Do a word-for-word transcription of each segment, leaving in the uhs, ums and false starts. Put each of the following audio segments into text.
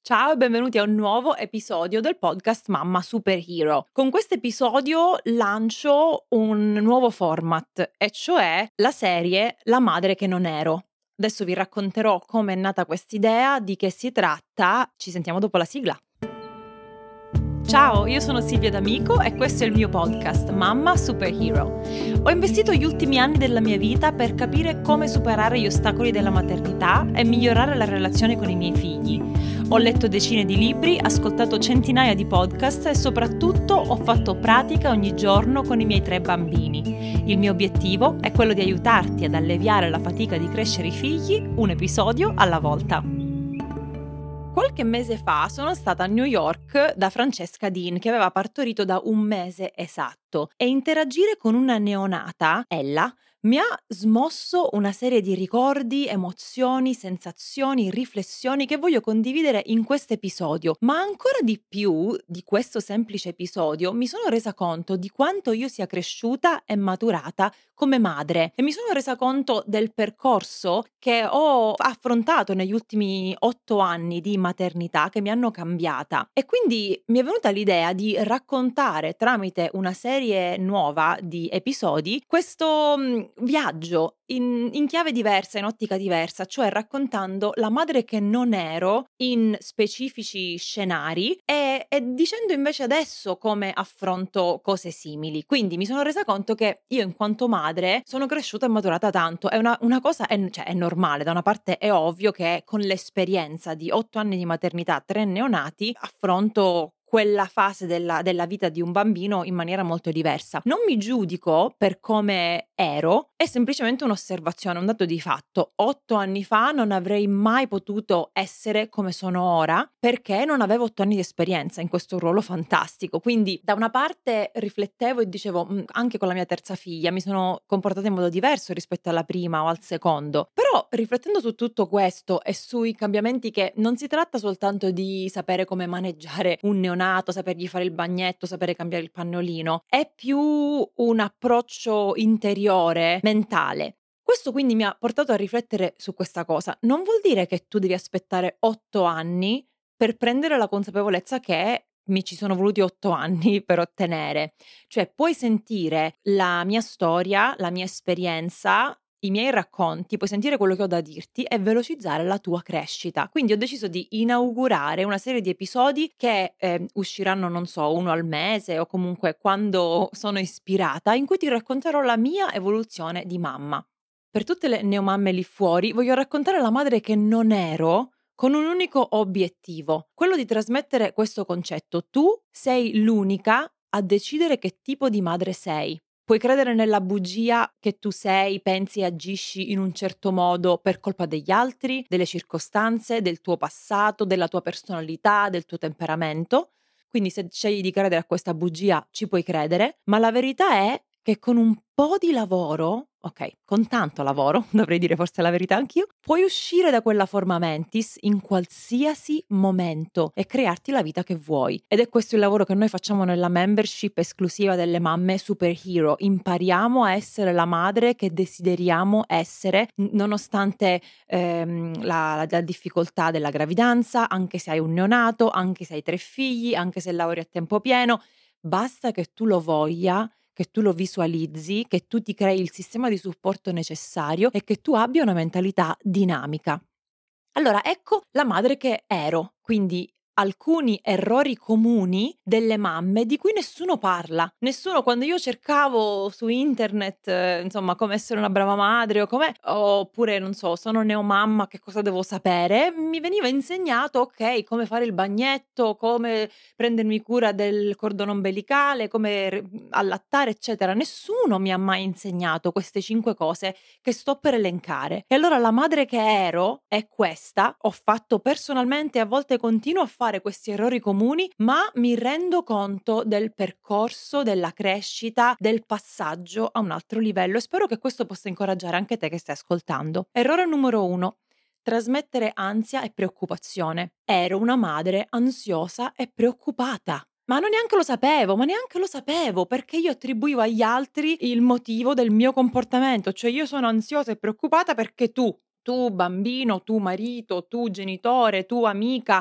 Ciao e benvenuti a un nuovo episodio del podcast Mamma Superhero. Con questo episodio lancio un nuovo format, e cioè la serie La madre che non ero. Adesso vi racconterò come è nata quest'idea, di che si tratta. Ci sentiamo dopo la sigla. Ciao, io sono Silvia D'Amico e questo è il mio podcast Mamma Superhero. Ho investito gli ultimi anni della mia vita per capire come superare gli ostacoli della maternità e migliorare la relazione con i miei figli. Ho letto decine di libri, ascoltato centinaia di podcast e soprattutto ho fatto pratica ogni giorno con i miei tre bambini. Il mio obiettivo è quello di aiutarti ad alleviare la fatica di crescere i figli un episodio alla volta. Qualche mese fa sono stata a New York da Francesca Dean, che aveva partorito da un mese esatto, e interagire con una neonata, Ella, mi ha smosso una serie di ricordi, emozioni, sensazioni, riflessioni che voglio condividere in questo episodio. Ma ancora di più di questo semplice episodio mi sono resa conto di quanto io sia cresciuta e maturata come madre, e mi sono resa conto del percorso che ho affrontato negli ultimi otto anni di maternità, che mi hanno cambiata. E quindi mi è venuta l'idea di raccontare tramite una serie nuova di episodi questo mh, viaggio in, in chiave diversa, in ottica diversa, cioè raccontando la madre che non ero in specifici scenari e, e dicendo invece adesso come affronto cose simili. Quindi mi sono resa conto che io in quanto madre sono cresciuta e maturata tanto. È una, una cosa, è, cioè, è normale, da una parte è ovvio che con l'esperienza di otto anni di maternità, tre neonati, affronto quella fase della, della vita di un bambino in maniera molto diversa. Non mi giudico per come ero, è semplicemente un'osservazione, un dato di fatto. Otto anni fa non avrei mai potuto essere come sono ora perché non avevo otto anni di esperienza in questo ruolo fantastico. Quindi da una parte riflettevo e dicevo, "Mm, anche con la mia terza figlia mi sono comportata in modo diverso rispetto alla prima o al secondo." Però riflettendo su tutto questo e sui cambiamenti, che non si tratta soltanto di sapere come maneggiare un neonato, sapergli fare il bagnetto, sapere cambiare il pannolino, è più un approccio interiore, mentale. Questo quindi mi ha portato a riflettere su questa cosa. Non vuol dire che tu devi aspettare otto anni per prendere la consapevolezza che mi ci sono voluti otto anni per ottenere. Cioè, puoi sentire la mia storia, la mia esperienza, i miei racconti, puoi sentire quello che ho da dirti e velocizzare la tua crescita. Quindi ho deciso di inaugurare una serie di episodi che eh, usciranno, non so, uno al mese o comunque quando sono ispirata, in cui ti racconterò la mia evoluzione di mamma. Per tutte le neomamme lì fuori, voglio raccontare la madre che non ero, con un unico obiettivo, quello di trasmettere questo concetto. Tu sei l'unica a decidere che tipo di madre sei. Puoi credere nella bugia che tu sei, pensi e agisci in un certo modo per colpa degli altri, delle circostanze, del tuo passato, della tua personalità, del tuo temperamento. Quindi se scegli di credere a questa bugia ci puoi credere, ma la verità è che con un po' di lavoro, ok, con tanto lavoro, dovrei dire forse la verità anch'io, puoi uscire da quella forma mentis in qualsiasi momento e crearti la vita che vuoi. Ed è questo il lavoro che noi facciamo nella membership esclusiva delle mamme superhero. Impariamo a essere la madre che desideriamo essere, n- nonostante ehm, la, la, la difficoltà della gravidanza, anche se hai un neonato, anche se hai tre figli, anche se lavori a tempo pieno. Basta che tu lo voglia, che tu lo visualizzi, che tu ti crei il sistema di supporto necessario e che tu abbia una mentalità dinamica. Allora, ecco la madre che ero, quindi alcuni errori comuni delle mamme di cui nessuno parla. Nessuno, quando io cercavo su internet, eh, insomma, come essere una brava madre o come, oppure non so, sono neomamma, che cosa devo sapere, mi veniva insegnato, ok, come fare il bagnetto, come prendermi cura del cordone ombelicale, come re- allattare, eccetera. Nessuno mi ha mai insegnato queste cinque cose che sto per elencare. E allora la madre che ero è questa. Ho fatto personalmente, a volte continuo a fare questi errori comuni, ma mi rendo conto del percorso, della crescita, del passaggio a un altro livello, e spero che questo possa incoraggiare anche te che stai ascoltando. Errore numero uno: trasmettere ansia e preoccupazione. Ero una madre ansiosa e preoccupata. Ma non neanche lo sapevo, ma neanche lo sapevo, perché io attribuivo agli altri il motivo del mio comportamento, cioè io sono ansiosa e preoccupata perché tu, tu bambino, tu marito, tu genitore, tu amica,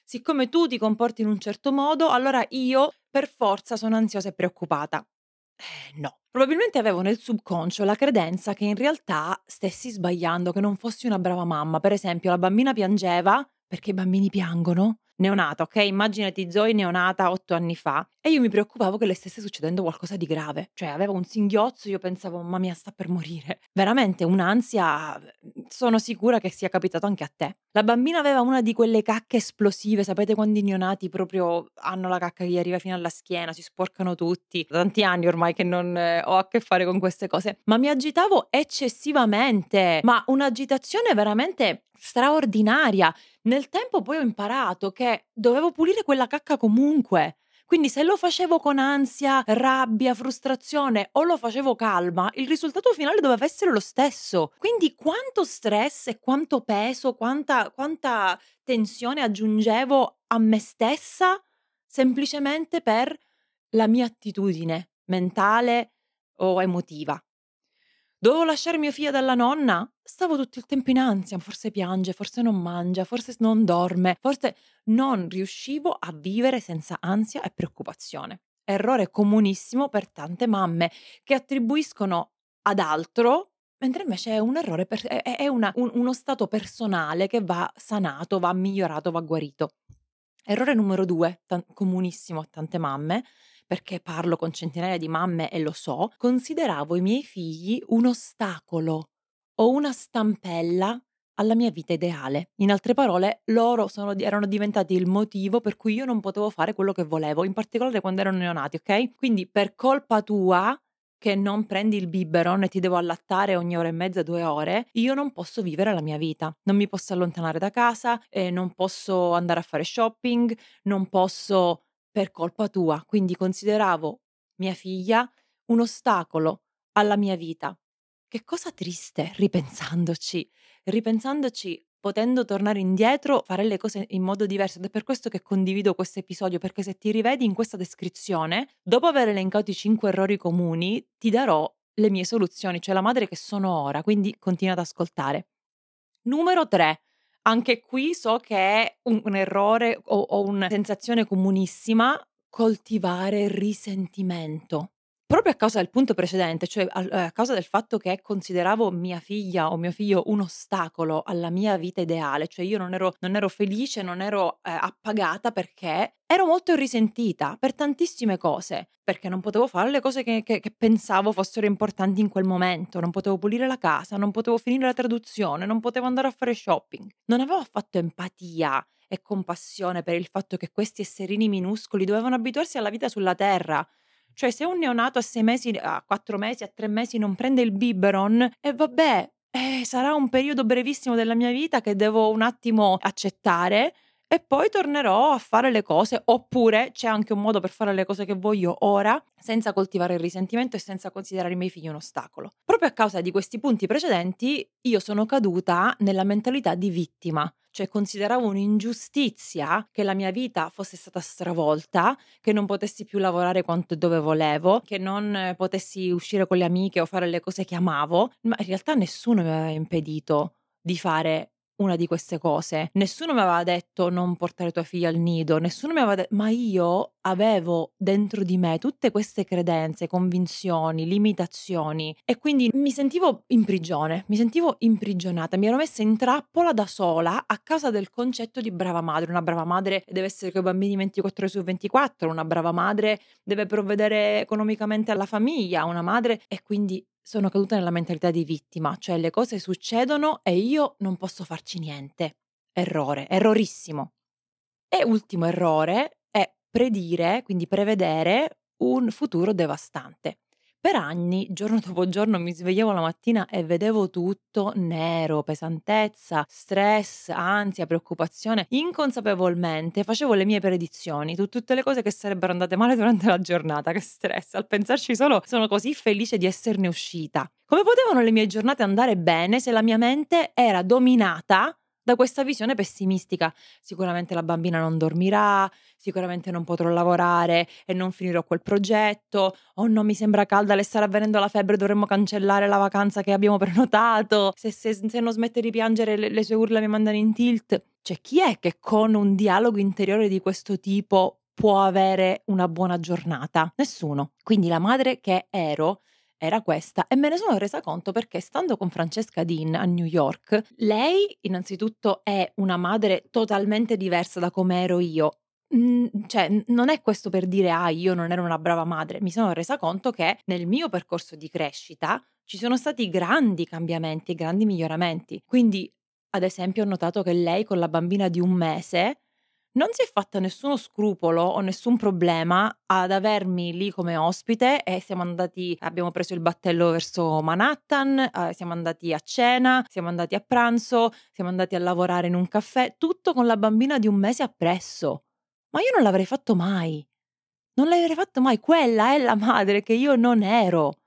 siccome tu ti comporti in un certo modo, allora io per forza sono ansiosa e preoccupata. Eh, no. Probabilmente avevo nel subconscio la credenza che in realtà stessi sbagliando, che non fossi una brava mamma. Per esempio, la bambina piangeva, perché i bambini piangono, neonata, ok? Immaginati Zoe neonata otto anni fa, e io mi preoccupavo che le stesse succedendo qualcosa di grave. Cioè, aveva un singhiozzo, io pensavo, mamma mia, sta per morire. Veramente un'ansia, sono sicura che sia capitato anche a te. La bambina aveva una di quelle cacche esplosive, sapete quando i neonati proprio hanno la cacca che gli arriva fino alla schiena, si sporcano tutti. Da tanti anni ormai che non eh, ho a che fare con queste cose, ma mi agitavo eccessivamente, ma un'agitazione veramente straordinaria. Nel tempo poi ho imparato che dovevo pulire quella cacca comunque. Quindi se lo facevo con ansia, rabbia, frustrazione o lo facevo calma, il risultato finale doveva essere lo stesso. Quindi quanto stress e quanto peso, quanta, quanta tensione aggiungevo a me stessa semplicemente per la mia attitudine mentale o emotiva. Dovevo lasciare mio figlio dalla nonna? Stavo tutto il tempo in ansia, forse piange, forse non mangia, forse s non dorme, forse non riuscivo a vivere senza ansia e preoccupazione. Errore comunissimo per tante mamme che attribuiscono ad altro, mentre invece è un errore per è è è una un uno stato personale che va sanato, va migliorato, va guarito. Errore numero due, tan comunissimo a tante mamme, perché parlo con centinaia di mamme e lo so, consideravo i miei figli un ostacolo o una stampella alla mia vita ideale. In altre parole, loro sono di erano diventati il motivo per cui io non potevo fare quello che volevo, in particolare quando erano neonati, okay, quindi per colpa tua che non prendi il biberon e ti devo allattare ogni ora e mezza, due ore, io non posso vivere la mia vita. Non mi posso allontanare da casa, ehm, non posso andare a fare shopping, non posso per colpa tua. Quindi consideravo mia figlia un ostacolo alla mia vita. Che cosa triste ripensandoci. Ripensandoci, potendo tornare indietro, fare le cose in modo diverso ed è per questo che condivido questo episodio, perché se ti rivedi in questa descrizione, dopo aver elencato i cinque errori comuni, ti darò le mie soluzioni, cioè la madre che sono ora, quindi continua ad ascoltare. Numero tre, anche qui so che è un un errore o o una sensazione comunissima, coltivare risentimento. Proprio a causa del punto precedente, cioè al ehm, a causa del fatto che consideravo mia figlia o mio figlio un ostacolo alla mia vita ideale, cioè io non ero non ero felice, non ero, ehm, appagata perché ero molto risentita per tantissime cose, perché non potevo fare le cose che che che pensavo fossero importanti in quel momento, non potevo pulire la casa, non potevo finire la traduzione, non potevo andare a fare shopping. Non avevo affatto empatia e compassione per il fatto che questi esserini minuscoli dovevano abituarsi alla vita sulla terra. Cioè se un neonato a sei mesi, a quattro mesi, a tre mesi non prende il biberon, e vabbè, eh, sarà un periodo brevissimo della mia vita che devo un attimo accettare e poi tornerò a fare le cose, oppure c'è anche un modo per fare le cose che voglio ora, senza coltivare il risentimento e senza considerare i miei figli un ostacolo. Proprio a causa di questi punti precedenti, io sono caduta nella mentalità di vittima, cioè consideravo un'ingiustizia che la mia vita fosse stata stravolta, che non potessi più lavorare quanto e dove volevo, che non eh, potessi uscire con le amiche o fare le cose che amavo, ma in realtà nessuno mi aveva impedito di fare una di queste cose. Nessuno mi aveva detto non portare tua figlia al nido, nessuno mi aveva de ma io avevo dentro di me tutte queste credenze, convinzioni, limitazioni e quindi mi sentivo in prigione, mi sentivo imprigionata, mi ero messa in trappola da sola a causa del concetto di brava madre. Una brava madre deve essere coi bambini ventiquattro ore su ventiquattro, una brava madre deve provvedere economicamente alla famiglia, una madre e quindi sono caduta nella mentalità di vittima, cioè le cose succedono e io non posso farci niente. Errore, errorissimo. E ultimo errore è predire, quindi prevedere un futuro devastante. Per anni, giorno dopo giorno, mi svegliavo la mattina e vedevo tutto nero, pesantezza, stress, ansia, preoccupazione. Inconsapevolmente facevo le mie predizioni, tu- tutte le cose che sarebbero andate male durante la giornata. Che stress, al pensarci solo sono così felice di esserne uscita. Come potevano le mie giornate andare bene se la mia mente era dominata da questa visione pessimistica. Sicuramente la bambina non dormirà, sicuramente non potrò lavorare e non finirò quel progetto. Oh no, mi sembra calda, le sta avvenendo la febbre, dovremmo cancellare la vacanza che abbiamo prenotato. Se, se, se non smette di piangere le, le sue urla mi mandano in tilt. Cioè, chi è che con un dialogo interiore di questo tipo può avere una buona giornata? Nessuno. Quindi la madre che ero era questa, e me ne sono resa conto perché stando con Francesca Dean a New York, lei innanzitutto è una madre totalmente diversa da come ero io. Mm, cioè, n- non è questo per dire ah, io non ero una brava madre. Mi sono resa conto che nel mio percorso di crescita ci sono stati grandi cambiamenti e grandi miglioramenti. Quindi, ad esempio, ho notato che lei con la bambina di un mese non si è fatta nessuno scrupolo o nessun problema ad avermi lì come ospite, e siamo andati abbiamo preso il battello verso Manhattan, ehm, siamo andati a cena, siamo andati a pranzo, siamo andati a lavorare in un caffè, tutto con la bambina di un mese appresso. Ma io non l'avrei fatto mai. Non l'avrei fatto mai. Quella è la madre che io non ero.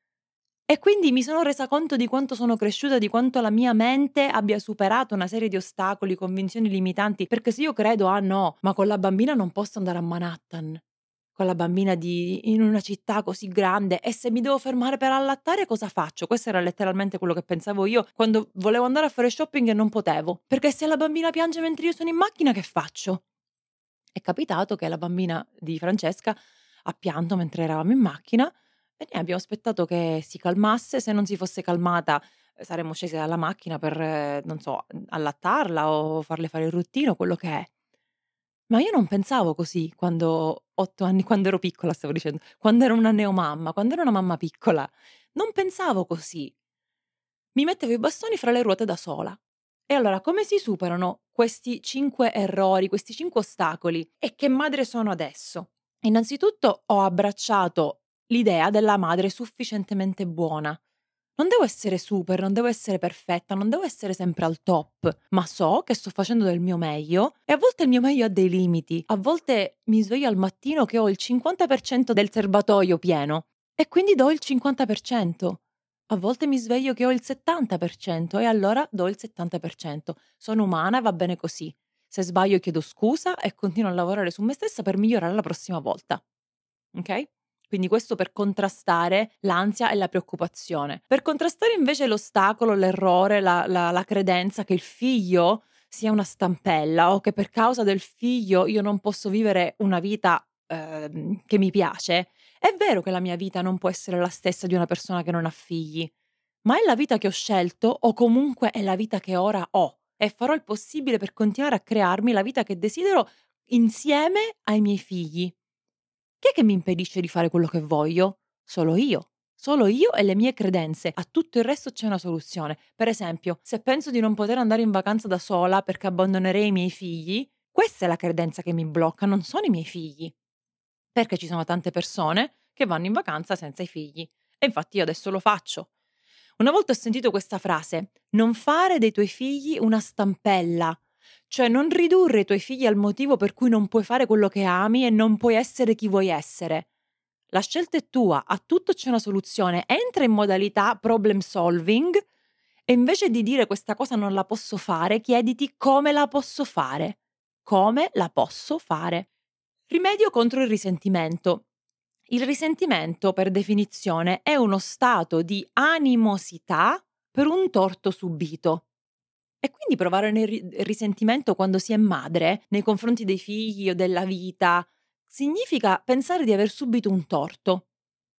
E quindi mi sono resa conto di quanto sono cresciuta, di quanto la mia mente abbia superato una serie di ostacoli, convinzioni limitanti, perché se io credo: "Ah no, ma con la bambina non posso andare a Manhattan, con la bambina di in una città così grande, e se mi devo fermare per allattare cosa faccio?" Questo era letteralmente quello che pensavo io quando volevo andare a fare shopping e non potevo, perché se la bambina piange mentre io sono in macchina che faccio? È capitato che la bambina di Francesca ha pianto mentre eravamo in macchina e ние abbiamo aspettato che si calmasse. Se non si fosse calmata, ehm, saremmo scesi dalla macchina per, eh, non so, mhmm, allattarla o farle fare il ruttino, quello che è. Ma io non pensavo così quando otto anni quando ero piccola stavo dicendo, quando ero una neomamma, quando ero una mamma piccola, non pensavo così. Mi mettevo i bastoni fra le ruote da sola. E allora come si superano questi cinque errori, questi cinque ostacoli? E che madre sono adesso? Innanzitutto ho abbracciato l'idea della madre sufficientemente buona. Non devo essere super, non devo essere perfetta, non devo essere sempre al top, ma so che sto facendo del mio meglio e a volte il mio meglio ha dei limiti. A volte mi sveglio al mattino che ho il cinquanta per cento del serbatoio pieno e quindi do il cinquanta per cento. A volte mi sveglio che ho il settanta per cento e allora do il settanta per cento. Sono umana e va bene così. Se sbaglio chiedo scusa e continuo a lavorare su me stessa per migliorare la prossima volta. Okay? Quindi questo per contrastare l'ansia e la preoccupazione. Per contrastare invece l'ostacolo, l'errore, la la la credenza che il figlio sia una stampella o che per causa del figlio io non posso vivere una vita, ehm, che mi piace, è vero che la mia vita non può essere la stessa di una persona che non ha figli, ma è la vita che ho scelto o comunque è la vita che ora ho e farò il possibile per continuare a crearmi la vita che desidero insieme ai miei figli. Chi è che mi impedisce di fare quello che voglio? Solo io. Solo io e le mie credenze. A tutto il resto c'è una soluzione. Per esempio, se penso di non poter andare in vacanza da sola perché abbandonerei i miei figli, questa è la credenza che mi blocca, non sono i miei figli. Perché ci sono tante persone che vanno in vacanza senza i figli. E infatti io adesso lo faccio. Una volta ho sentito questa frase: non fare dei tuoi figli una stampella, cioè non ridurre i tuoi figli al motivo per cui non puoi fare quello che ami e non puoi essere chi vuoi essere. La scelta è tua, a tutto c'è una soluzione, entra in modalità problem solving e invece di dire questa cosa non la posso fare, chiediti come la posso fare. Come la posso fare? Rimedio contro il risentimento. Il risentimento, per definizione, è uno stato di animosità per un torto subito. E quindi provare nel ri- risentimento quando si è madre nei confronti dei figli o della vita significa pensare di aver subito un torto.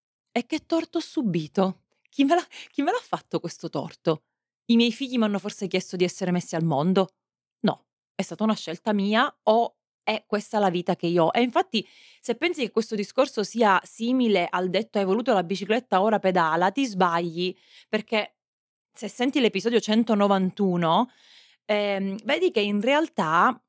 E che torto ho subito? Chi me l'ha, chi me l'ha fatto questo torto? I miei figli mi hanno forse chiesto di essere messi al mondo? No, è stata una scelta mia o è questa la vita che io ho? E infatti, se pensi che questo discorso sia simile al detto hai voluto la bicicletta, ora pedala, ti sbagli, perché se senti l'episodio centonovantuno, ehm, vedi che in realtà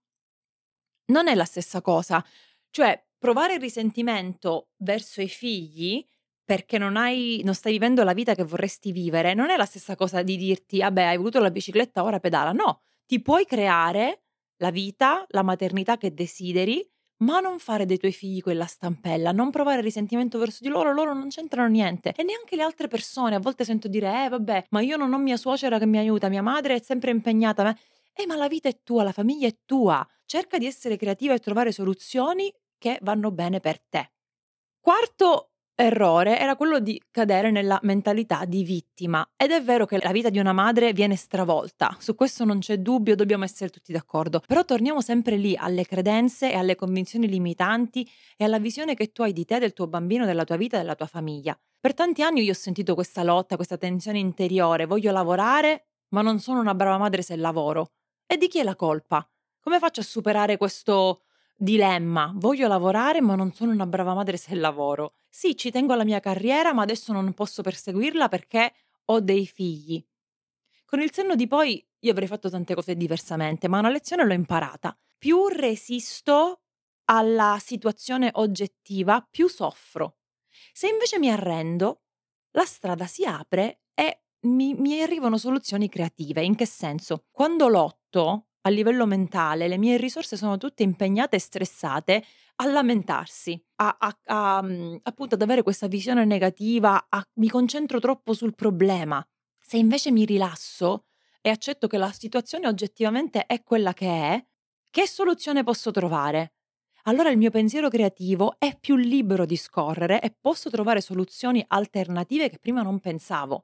non è la stessa cosa. Cioè, provare risentimento verso i figli perché non hai non stai vivendo la vita che vorresti vivere, non è la stessa cosa di dirti: "Ah beh, hai voluto la bicicletta, ora pedala". No, ti puoi creare la vita, la maternità che desideri, ma non fare dei tuoi figli quella stampella, non provare risentimento verso di loro, loro non c'entrano niente. E neanche le altre persone. A volte sento dire: "Eh vabbè, ma io non ho mia suocera che mi aiuta, mia madre è sempre impegnata". Ma Eh, ma la vita è tua, la famiglia è tua. Cerca di essere creativa e trovare soluzioni che vanno bene per te. Quarto errore era quello di cadere nella mentalità di vittima. Ed è vero che la vita di una madre viene stravolta, su questo non c'è dubbio, dobbiamo essere tutti d'accordo. Però torniamo sempre lì alle credenze e alle convinzioni limitanti e alla visione che tu hai di te, del tuo bambino, della tua vita e della tua famiglia. Per tanti anni io ho sentito questa lotta, questa tensione interiore, voglio lavorare, ma non sono una brava madre se lavoro. E di chi è la colpa? Come faccio a superare questo dilemma? Voglio lavorare, ma non sono una brava madre se lavoro. Sì, ci tengo alla mia carriera, ma adesso non posso perseguirla perché ho dei figli. Con il senno di poi io avrei fatto tante cose diversamente, ma una lezione l'ho imparata. Più resisto alla situazione oggettiva, più soffro. Se invece mi arrendo, la strada si apre e mi, mi arrivano soluzioni creative. In che senso? Quando lotto, a livello mentale, le mie risorse sono tutte impegnate e stressate a lamentarsi, a, a- a, mm, appunto ad avere questa visione negativa, a- mi concentro troppo sul problema. Se invece mi rilasso e accetto che la situazione oggettivamente è quella che è, che soluzione posso trovare? Allora il mio pensiero creativo è più libero di scorrere e posso trovare soluzioni alternative che prima non pensavo.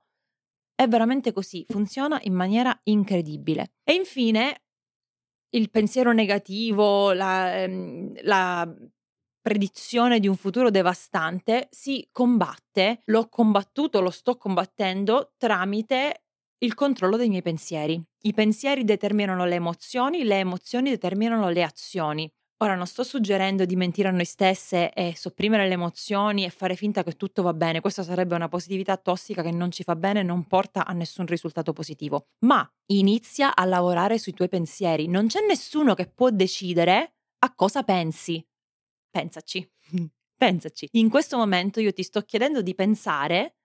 È veramente così, funziona in maniera incredibile. E infine il pensiero negativo, la, ehm, la predizione di un futuro devastante si combatte, l'ho combattuto, lo sto combattendo tramite il controllo dei miei pensieri. I pensieri determinano le emozioni, le emozioni determinano le azioni. Ora non sto suggerendo di mentire a noi stesse e sopprimere le emozioni e fare finta che tutto va bene, questa sarebbe una positività tossica che non ci fa bene e non porta a nessun risultato positivo. Ma inizia a lavorare sui tuoi pensieri, non c'è nessuno che può decidere a cosa pensi. Pensaci, pensaci. In questo momento io ti sto chiedendo di pensare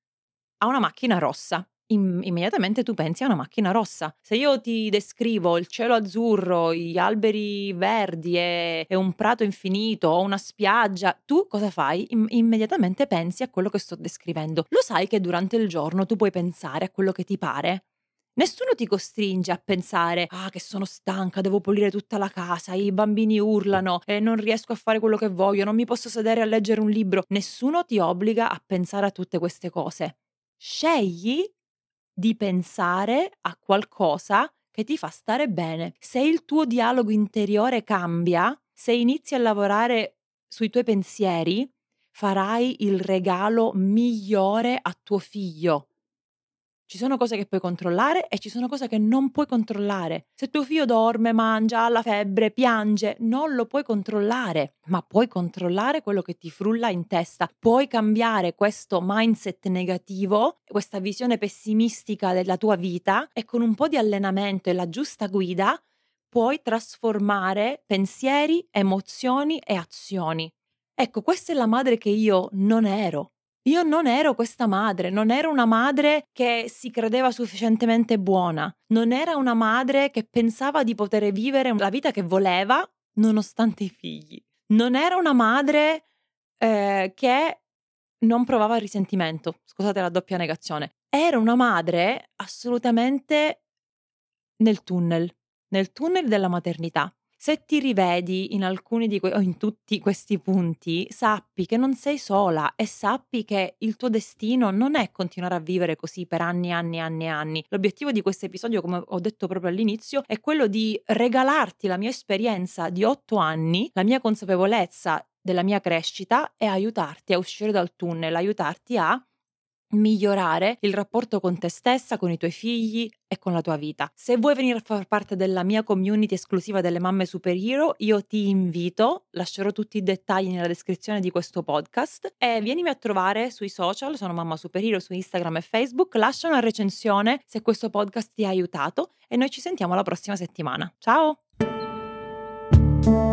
a una macchina rossa. Im immediatamente tu pensi a una macchina rossa. Se io ti descrivo il cielo azzurro, gli alberi verdi e e un prato infinito o una spiaggia, tu cosa fai? Im immediatamente pensi a quello che sto descrivendo. Lo sai che durante il giorno tu puoi pensare a quello che ti pare? Nessuno ti costringe a pensare: "Ah, che sono stanca, devo pulire tutta la casa, i bambini urlano e non riesco a fare quello che voglio, non mi posso sedere a leggere un libro." Nessuno ti obbliga a pensare a tutte queste cose. Scegli di pensare a qualcosa che ti fa stare bene. Se il tuo dialogo interiore cambia, se inizi a lavorare sui tuoi pensieri, farai il regalo migliore a tuo figlio. Ci sono cose che puoi controllare e ci sono cose che non puoi controllare. Se tuo figlio dorme, mangia, ha la febbre, piange, non lo puoi controllare, ma puoi controllare quello che ti frulla in testa. Puoi cambiare questo mindset negativo, questa visione pessimistica della tua vita e con un po' di allenamento e la giusta guida puoi trasformare pensieri, emozioni e azioni. Ecco, questa è la madre che io non ero. Io non ero questa madre, non ero una madre che si credeva sufficientemente buona, non era una madre che pensava di poter vivere la vita che voleva nonostante i figli. Non era una madre eh, che non provava risentimento, scusate la doppia negazione. Era una madre assolutamente nel tunnel, nel tunnel della maternità. Se ti rivedi in alcuni di que o in tutti questi punti, sappi che non sei sola e sappi che il tuo destino non è continuare a vivere così per anni e anni e anni e anni. L'obiettivo di questo episodio, come ho detto proprio all'inizio, è quello di regalarti la mia esperienza di otto anni, la mia consapevolezza della mia crescita e aiutarti a uscire dal tunnel, aiutarti a migliorare il rapporto con te stessa, con i tuoi figli e con la tua vita. Se vuoi venire a far parte della mia community esclusiva delle mamme superhero, io ti invito, lascerò tutti i dettagli nella descrizione di questo podcast e vienimi a trovare sui social, sono Mamma Superhero su Instagram e Facebook, lascia una recensione se questo podcast ti ha aiutato e noi ci sentiamo la prossima settimana. Ciao!